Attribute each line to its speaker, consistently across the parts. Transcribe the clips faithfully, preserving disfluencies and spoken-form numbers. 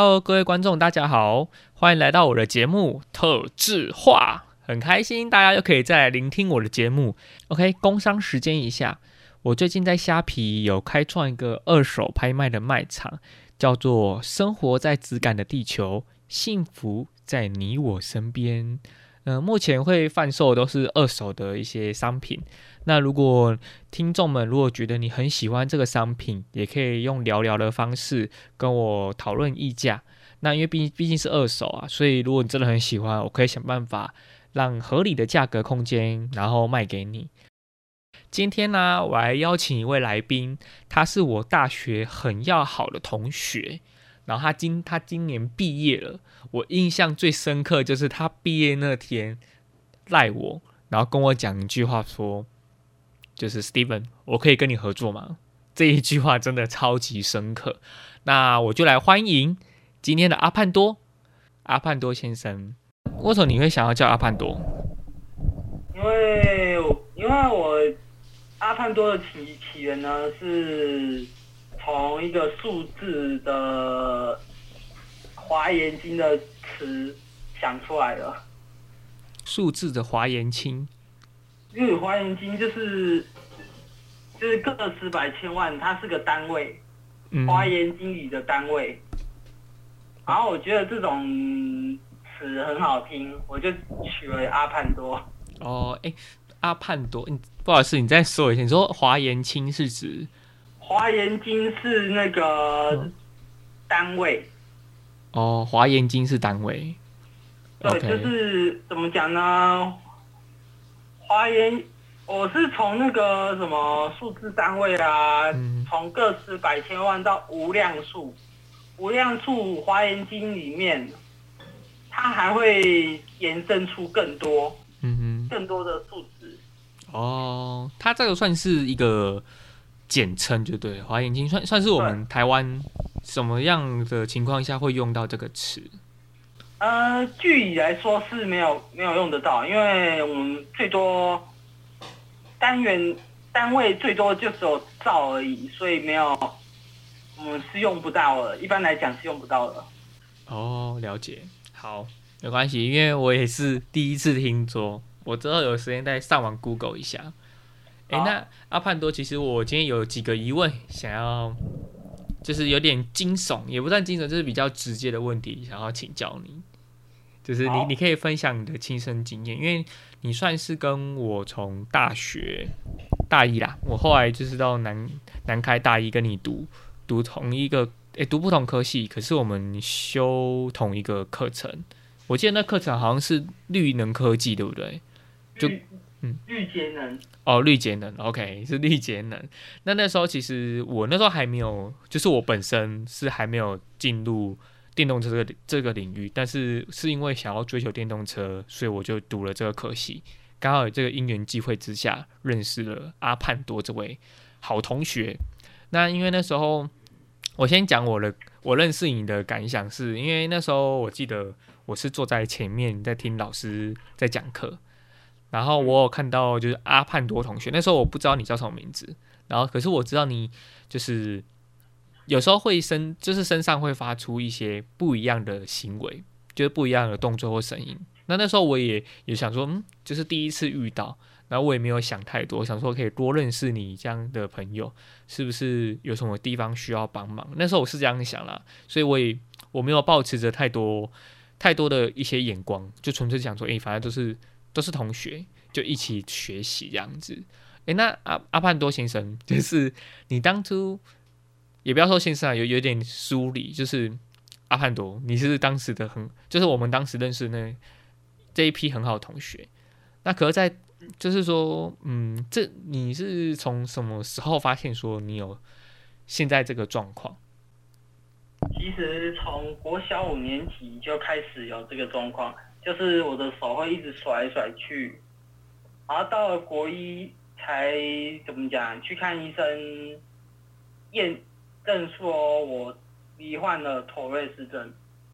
Speaker 1: Hello， 各位观众，大家好，欢迎来到我的节目特制化，很开心大家又可以再来聆听我的节目。OK， 工商时间一下，我最近在虾皮有开创一个二手拍卖的卖场，叫做生活在质感的地球，幸福在你我身边。呃，目前会贩售的都是二手的一些商品。那如果听众们如果觉得你很喜欢这个商品，也可以用聊聊的方式跟我讨论议价。那因为毕毕竟是二手啊，所以如果你真的很喜欢，我可以想办法让合理的价格空间，然后卖给你。今天呢，我还邀请一位来宾，他是我大学很要好的同学。然后他今他今年毕业了，我印象最深刻就是他毕业那天赖我，然后跟我讲一句话说，就是 Steven， 我可以跟你合作吗？这一句话真的超级深刻。那我就来欢迎今天的阿潘多，阿潘多先生。为什么你会想要叫阿潘多？
Speaker 2: 因为因为我阿潘多的起起源呢是从一个数字的华严经的词想出来的。
Speaker 1: 数字的华严经，
Speaker 2: 因为华严经就是就是个十百千万，它是个单位，
Speaker 1: 嗯、
Speaker 2: 华严经里的单位。然后我觉得这种词很好听，我就取为阿潘多。
Speaker 1: 哦，哎，阿潘多，不好意思，你再说一下，你说华严经是指？
Speaker 2: 华严经是那个单位。
Speaker 1: 哦，华严经是单位。
Speaker 2: 对，
Speaker 1: okay.
Speaker 2: 就是怎么讲呢？华严，我是从那个什么数字单位啊，从、嗯、个十百千万到无量数，无量数华严经里面，它还会延伸出更多，嗯哼，更多的数值。
Speaker 1: 哦，它这个算是一个简称，就对，华严经算算是我们台湾什么样的情况下会用到这个词？
Speaker 2: 呃，具体来说是没有没有用得到，因为我们最多单元单位最多就只有兆而已，所以没有，我们是用不到的。一般来讲是用不到的。
Speaker 1: 哦，了解，好，没关系，因为我也是第一次听说，我之后有时间再上网 Google 一下。哎，那阿潘多，其实我今天有几个疑问，想要就是有点惊悚，也不算惊悚，就是比较直接的问题，想要请教你。就是你，你可以分享你的亲身经验，因为你算是跟我从大学大一啦，我后来就是到南南开大一跟你读读同一个，诶，读不同科系，可是我们修同一个课程。我记得那课程好像是绿能科技，对不对？就
Speaker 2: 嗯，绿节能。
Speaker 1: 哦，绿节能 ，OK， 是绿节能。那那时候其实我那时候还没有，就是我本身是还没有进入电动车这个这个领域，但是是因为想要追求电动车，所以我就读了这个科系。刚好有这个因缘际会之下，认识了阿潘多这位好同学。那因为那时候，我先讲我的我认识你的感想是，是因为那时候我记得我是坐在前面在听老师在讲课。然后我有看到就是阿潘多同学，那时候我不知道你叫什么名字，然后可是我知道你就是有时候会身就是身上会发出一些不一样的行为，就是不一样的动作或声音。那那时候我也也想说，嗯，就是第一次遇到，然后我也没有想太多，想说可以多认识你这样的朋友，是不是有什么地方需要帮忙？那时候我是这样想啦，所以我也我没有抱持着太多太多的一些眼光，就纯粹想说，哎，反正都是。都是同学，就一起学习这样子。哎，那阿阿潘多先生，就是你当初也不要说先生啊，有有点疏离，就是阿潘多，你是当时的很，就是我们当时认识那这一批很好的同学。那可是在就是说，嗯，这你是从什么时候发现说你有现在这个状况？
Speaker 2: 其实从国小五年级就开始有这个状况。就是我的手会一直甩来甩去，然后到了国一才怎么讲去看医生，验证说我罹患了妥瑞氏症。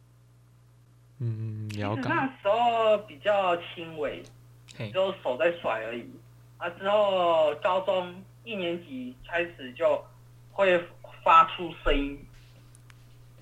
Speaker 1: 嗯，了解。
Speaker 2: 那时候比较轻微，只有手在甩而已。啊，之后高中一年级开始就会发出声音，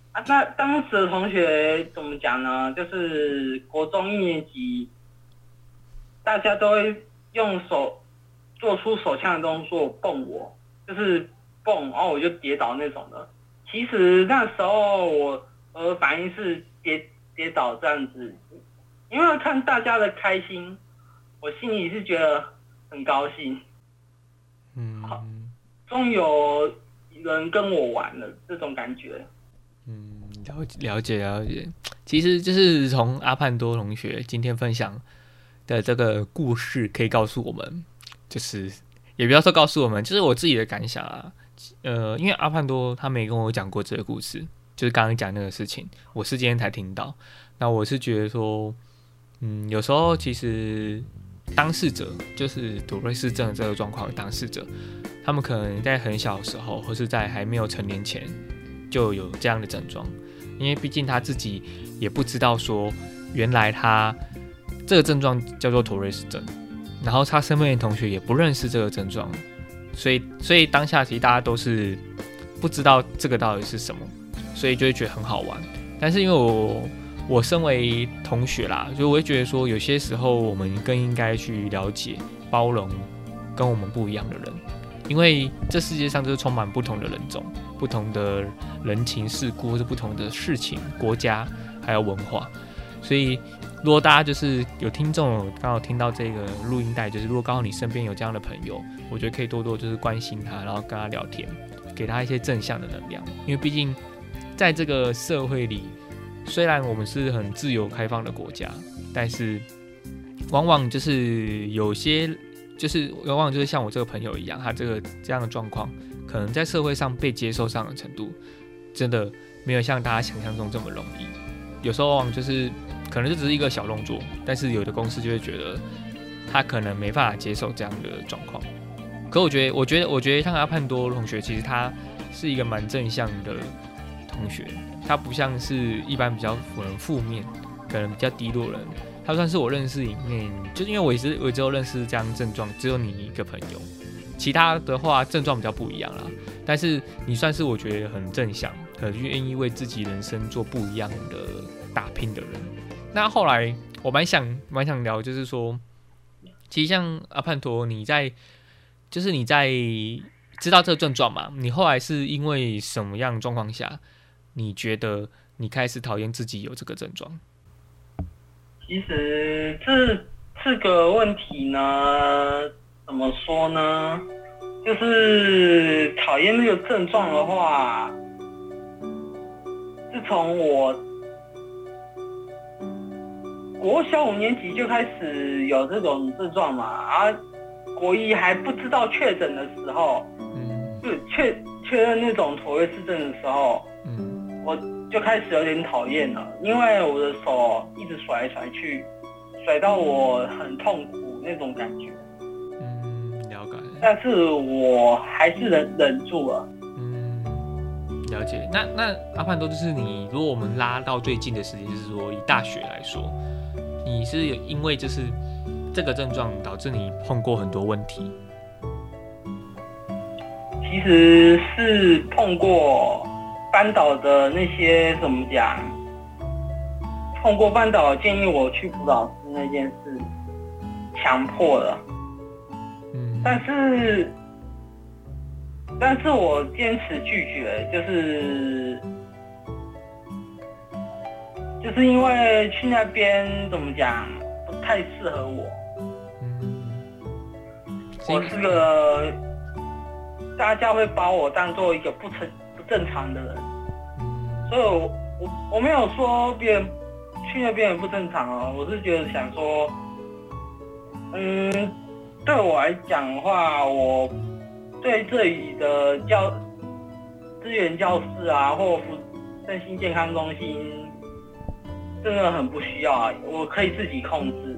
Speaker 2: 啊，那当时的同学怎么讲呢？就是国中一年级，大家都会用手做出手枪的动作蹦我，就是蹦，然后我就跌倒那种的。其实那时候我呃反应是跌跌倒这样子，因为看大家的开心，我心里是觉得很高兴。
Speaker 1: 嗯，
Speaker 2: 终于有人跟我玩了，这种感觉。
Speaker 1: 嗯，了解了解了解。其实就是从阿潘多同学今天分享的这个故事，可以告诉我们，就是也不要说告诉我们，就是我自己的感想啊。呃，因为阿潘多他没跟我讲过这个故事，就是刚刚讲那个事情，我是今天才听到。那我是觉得说，嗯，有时候其实当事者就是妥瑞氏症这个状况的当事者，他们可能在很小的时候，或是在还没有成年前就有这样的症状，因为毕竟他自己也不知道说，原来他这个症状叫做妥瑞氏症，然后他身边的同学也不认识这个症状，所以所以当下其实大家都是不知道这个到底是什么，所以就会觉得很好玩。但是因为我我身为同学啦，所以我会觉得说，有些时候我们更应该去了解、包容跟我们不一样的人，因为这世界上就是充满不同的人种、不同的人情世故，或是不同的事情、国家还有文化。所以，如果大家就是有听众刚好听到这个录音带，就是如果刚好你身边有这样的朋友，我觉得可以多多就是关心他，然后跟他聊天，给他一些正向的能量。因为毕竟在这个社会里，虽然我们是很自由开放的国家，但是往往就是有些，就是往往就是像我这个朋友一样，他这个这样的状况，可能在社会上被接受上的程度，真的没有像大家想象中这么容易。有时候往往就是可能就只是一个小动作，但是有的公司就会觉得他可能没办法接受这样的状况。可我觉得，我觉得，我觉得像阿潘多同学，其实他是一个蛮正向的同学，他不像是一般比较可能负面、可能比较低落的人。他算是我认识里面，就是因为我也是我只有认识这样症状，只有你一个朋友，其他的话症状比较不一样啦。但是你算是我觉得很正向、很愿意为自己人生做不一样的打拼的人。那后来我蛮想蛮想聊，就是说，其实像阿潘多，你在就是你在知道这个症状嘛？你后来是因为什么样的状况下，你觉得你开始讨厌自己有这个症状？
Speaker 2: 其实这这个问题呢，怎么说呢？就是讨厌这个症状的话，自从我国小五年级就开始有这种症状嘛，啊，国一还不知道确诊的时候，嗯，就确确认那种妥瑞氏症的时候，嗯，我就开始有点讨厌了，因为我的手一直甩来甩去，甩到我很痛苦那种感觉。
Speaker 1: 嗯，了解。
Speaker 2: 但是我还是忍忍住了。
Speaker 1: 嗯，了解。那那阿潘多，就是你，如果我们拉到最近的时间，就是说以大学来说，你是因为就是这个症状导致你碰过很多问题？
Speaker 2: 其实是碰过班导的那些怎么讲？碰过班导建议我去辅导室那件事，强迫的。嗯，但是，但是我坚持拒绝，就是就是因为去那边怎么讲，不太适合我。嗯，我是个大家会把我当做一个不正不正常的人，所以我我我没有说别人去那边也不正常哦，我是觉得想说，嗯，对我来讲的话，我对这里的教资源教室啊，或身心健康中心，真的很不需要啊，我可以自己控制。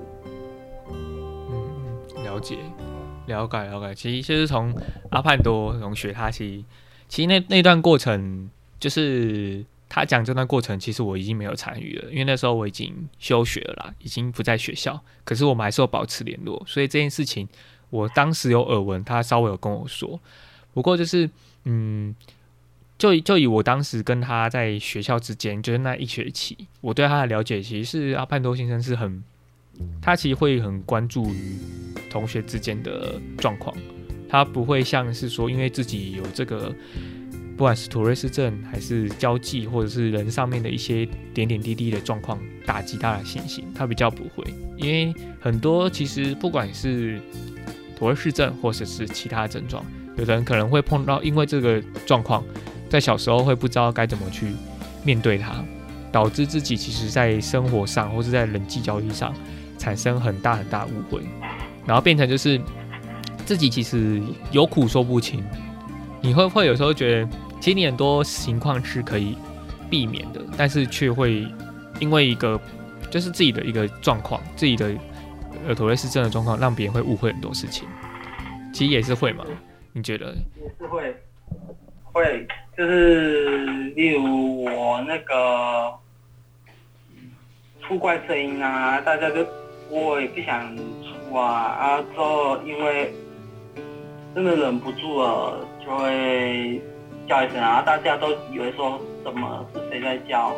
Speaker 1: 嗯，了解，了解，了解。其实就是从阿潘多同学他其实其实那那段过程，就是他讲这段过程，其实我已经没有参与了，因为那时候我已经休学了啦，已经不在学校。可是我们还是有保持联络，所以这件事情我当时有耳闻，他稍微有跟我说。不过就是嗯， 就就以我当时跟他在学校之间，就是那一学期，我对他的了解，其实是阿潘多先生是很，他其实会很关注于同学之间的状况，他不会像是说因为自己有这个，不管是妥瑞氏症还是交际，或者是人上面的一些点点滴滴的状况打击他的信心，他比较不会，因为很多其实不管是妥瑞氏症或者是其他症状，有的人可能会碰到，因为这个状况。在小时候会不知道该怎么去面对它，导致自己其实在生活上或是在人际交际上产生很大很大误会，然后变成就是自己其实有苦说不清。你会不会有时候觉得，其实你很多情况是可以避免的，但是却会因为一个就是自己的一个状况，自己的呃妥瑞氏症的状况，让别人会误会很多事情。其实也是会吗？你觉得？
Speaker 2: 也是会，会。就是例如我那个出怪声音啊，大家就我也不想出啊，啊之后因为真的忍不住了，就会叫一声啊，大家都以为说什么是谁在叫，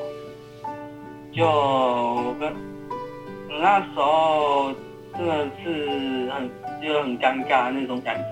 Speaker 2: 就跟那时候真的是很就很尴尬那种感觉。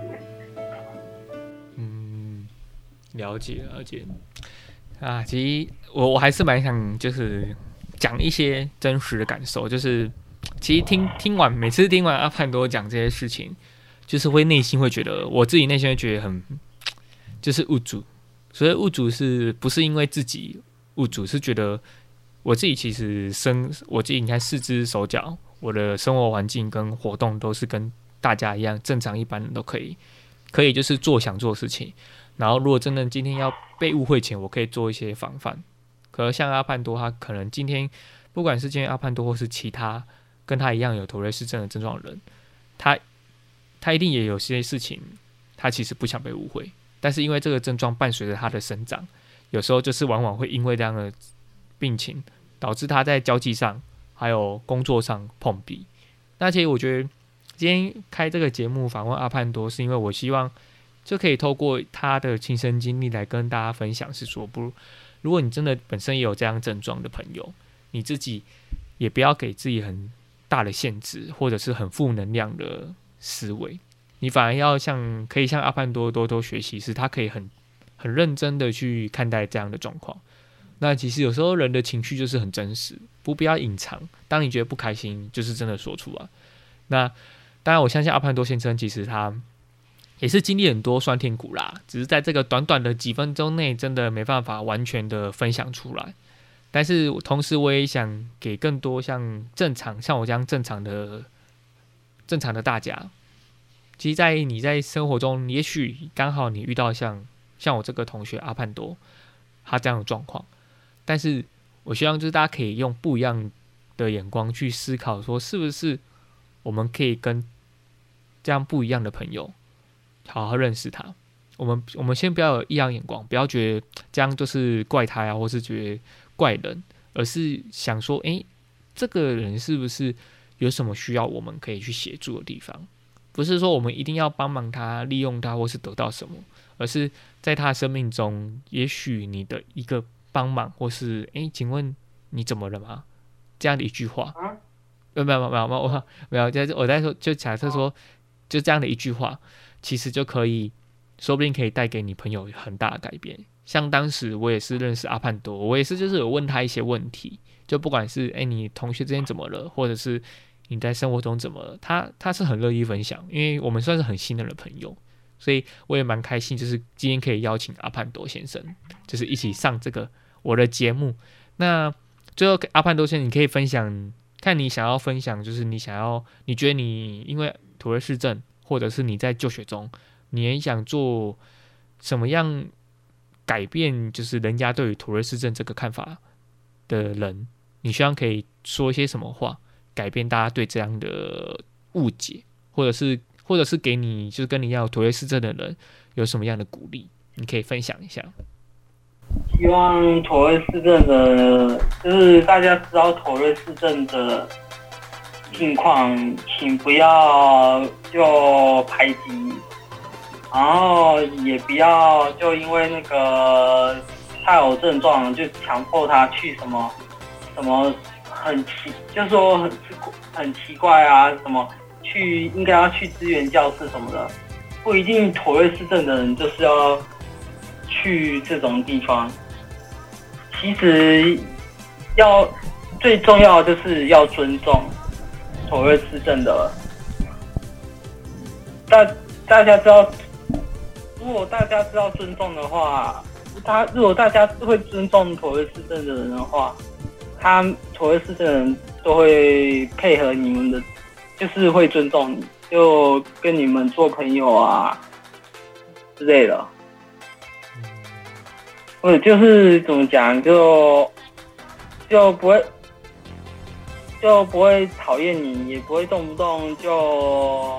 Speaker 1: 了解了解啊，其实我我还是蛮想就是讲一些真实的感受，就是其实听听完每次听完阿潘多讲这些事情，就是会内心会觉得我自己内心会觉得很就是无助，所以无助是不是因为自己无助，是觉得我自己其实生我自己你看四肢手脚，我的生活环境跟活动都是跟大家一样正常一般人都可以可以就是做想做的事情。然后，如果真的今天要被误会前，我可以做一些防范。可是像阿潘多，他可能今天不管是今天阿潘多，或是其他跟他一样有妥瑞氏症的症状的人，他他一定也有些事情，他其实不想被误会。但是因为这个症状伴随着他的生长，有时候就是往往会因为这样的病情，导致他在交际上还有工作上碰壁。那其实我觉得今天开这个节目访问阿潘多，是因为我希望。就可以透过他的亲身经历来跟大家分享，是说不，如果你真的本身也有这样症状的朋友，你自己也不要给自己很大的限制，或者是很负能量的思维，你反而要像可以像阿潘多多多学习，是他可以很很认真的去看待这样的状况。那其实有时候人的情绪就是很真实，不必要隐藏。当你觉得不开心，就是真的说出来。那当然，我相信阿潘多先生其实他。也是经历很多酸甜苦辣，只是在这个短短的几分钟内，真的没办法完全的分享出来。但是同时，我也想给更多像正常、像我这样正常的、正常的大家，其实，在你在生活中，也许刚好你遇到像像我这个同学阿潘多，他这样的状况，但是我希望就是大家可以用不一样的眼光去思考，说是不是我们可以跟这样不一样的朋友。好好认识他，我们我们先不要有异样眼光，不要觉得这样就是怪他啊，或是觉得怪人，而是想说，诶，这个人是不是有什么需要我们可以去协助的地方？不是说我们一定要帮忙他、利用他，或是得到什么，而是在他的生命中，也许你的一个帮忙，或是诶，请问你怎么了吗？这样的一句话，没有没有没有没有没有，在我在说，就假设说，就这样的一句话。其实就可以，说不定可以带给你朋友很大的改变。像当时我也是认识阿潘多，我也是就是有问他一些问题，就不管是哎、欸、你同学之间怎么了，或者是你在生活中怎么了，他他是很乐意分享，因为我们算是很信任的朋友，所以我也蛮开心，就是今天可以邀请阿潘多先生，就是一起上这个我的节目。那最后阿潘多先生，你可以分享，看你想要分享，就是你想要，你觉得你因为妥瑞氏症。或者是你在就学中，你也想做什么样改变？就是人家对于妥瑞氏症这个看法的人，你希望可以说一些什么话，改变大家对这样的误解，或者是或者是给你就是跟你一样有妥瑞氏症的人有什么样的鼓励？你可以分享一下。
Speaker 2: 希望妥瑞氏症的，就是大家知道妥瑞氏症的。情况，请不要就排挤然后也不要就因为那个他有症状就强迫他去什么什么很奇，就说很很奇怪啊，什么去应该要去资源教室什么的，不一定妥瑞氏症的人就是要去这种地方。其实要最重要的就是要尊重妥瑞氏症的大大家知道。如果大家知道尊重的话，他如果大家会尊重妥瑞氏症的人的话，他妥瑞氏症的人都会配合你们的，就是会尊重你，就跟你们做朋友啊之类的。或者就是怎么讲，就就不会就不会讨厌你，也不会动不动就。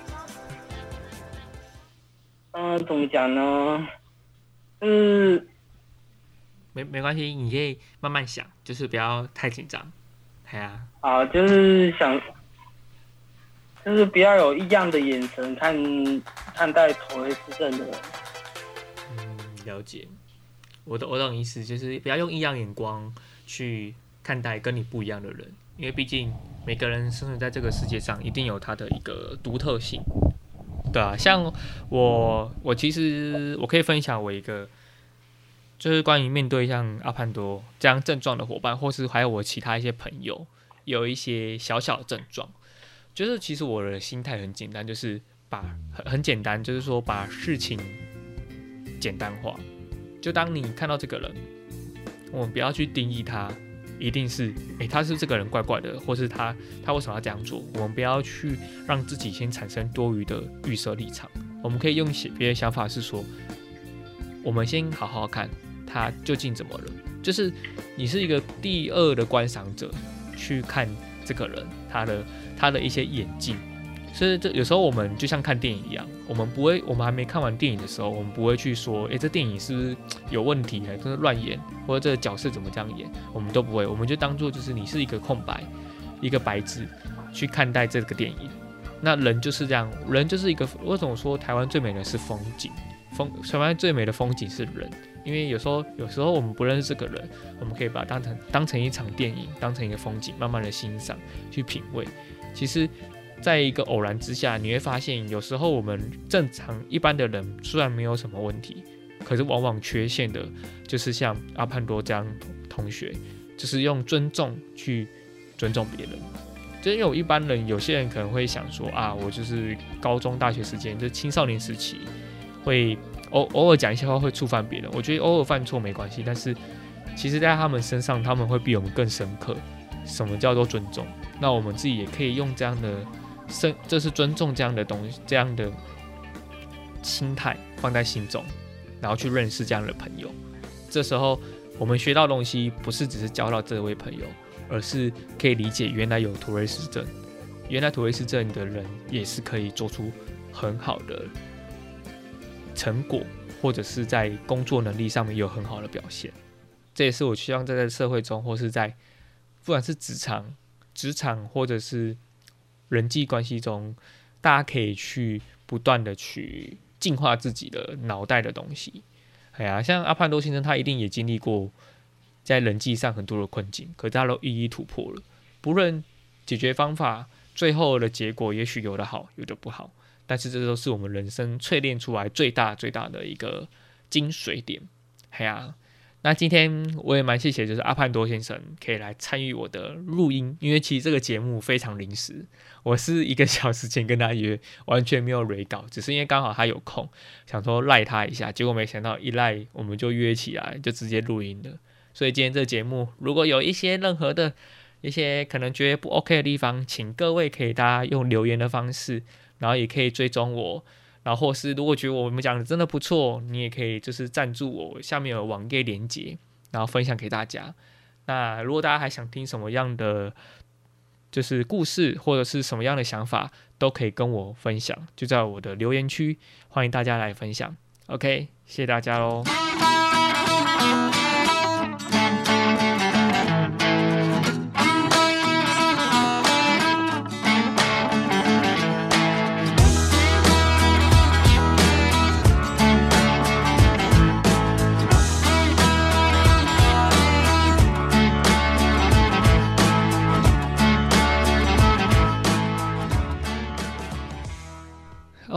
Speaker 2: 嗯、呃，怎么讲呢？就是
Speaker 1: 没没关系，你可以慢慢想，就是不要太紧张。哎呀，
Speaker 2: 啊，就是想，就是不要有异样的眼神看看待妥瑞氏症的人。
Speaker 1: 嗯，了解。我懂我懂意思，就是不要用异样眼光去看待跟你不一样的人，因为毕竟每个人生存在这个世界上，一定有他的一个独特性。对啊，像我，我其实我可以分享我一个，就是关于面对像阿潘多这样症状的伙伴，或是还有我其他一些朋友，有一些小小的症状，就是其实我的心态很简单，就是把很很简单，就是说把事情简单化。就当你看到这个人，我们不要去定义他。一定是，哎，他是这个人怪怪的，或是他他为什么要这样做？我们不要去让自己先产生多余的预设立场。我们可以用别的想法是说，我们先好好看他究竟怎么了。就是你是一个第二的观赏者去看这个人，他的他的一些演技。所以这有时候我们就像看电影一样，我们不会，我们还没看完电影的时候，我们不会去说，哎，这电影是不是有问题？还真的乱演，或者这个角色怎么这样演，我们都不会，我们就当做就是你是一个空白，一个白纸去看待这个电影。那人就是这样，人就是一个，为什么说台湾最美的是风景？风台湾最美的风景是人，因为有时候有时候我们不认识这个人，我们可以把它当成当成一场电影，当成一个风景，慢慢的欣赏，去品味。其实。在一个偶然之下，你会发现，有时候我们正常一般的人虽然没有什么问题，可是往往缺陷的，就是像阿潘多这样同学，就是用尊重去尊重别人。就因为我一般人，有些人可能会想说啊，我就是高中、大学时间，就是青少年时期，会偶偶尔讲一些话会触犯别人。我觉得偶尔犯错没关系，但是其实在他们身上，他们会比我们更深刻。什么叫做尊重？那我们自己也可以用这样的。这是尊重这样的东西，这样的心态放在心中，然后去认识这样的朋友。这时候我们学到东西，不是只是交到这位朋友，而是可以理解原来有妥瑞氏症，原来妥瑞氏症的人也是可以做出很好的成果，或者是在工作能力上面有很好的表现。这也是我希望在这社会中，或是在不管是职场、职场或者是人际关系中，大家可以去不断的去净化自己的脑袋的东西。哎呀，像阿潘多先生，他一定也经历过在人际上很多的困境，可是他都一一突破了。不论解决方法，最后的结果也许有的好，有的不好，但是这都是我们人生淬炼出来最大最大的一个精髓点。哎呀。那今天我也蛮谢谢，就是阿潘多先生可以来参与我的录音，因为其实这个节目非常临时，我是一个小时前跟他约，完全没有蕊稿，只是因为刚好他有空，想说赖他一下，结果没想到一赖我们就约起来，就直接录音了。所以今天这个节目如果有一些任何的一些可能觉得不 OK 的地方，请各位可以大家用留言的方式，然后也可以追踪我。然后或是如果觉得我们讲的真的不错，你也可以就是赞助我，下面有网页连结，然后分享给大家。那如果大家还想听什么样的就是故事或者是什么样的想法，都可以跟我分享，就在我的留言区，欢迎大家来分享。OK， 谢谢大家咯。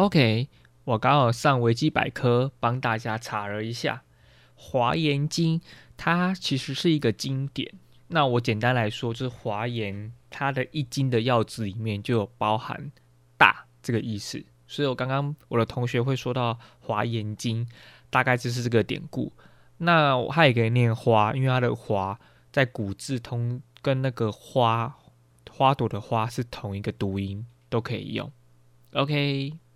Speaker 1: OK， 我刚好上维基百科帮大家查了一下，《华严经》它其实是一个经典。那我简单来说，就是华严它的一经的要旨里面就有包含大这个意思，所以我刚刚我的同学会说到《华严经》，大概就是这个典故。那它也可以念花，因为它的花在古字通跟那个花花朵的花是同一个读音，都可以用。OK。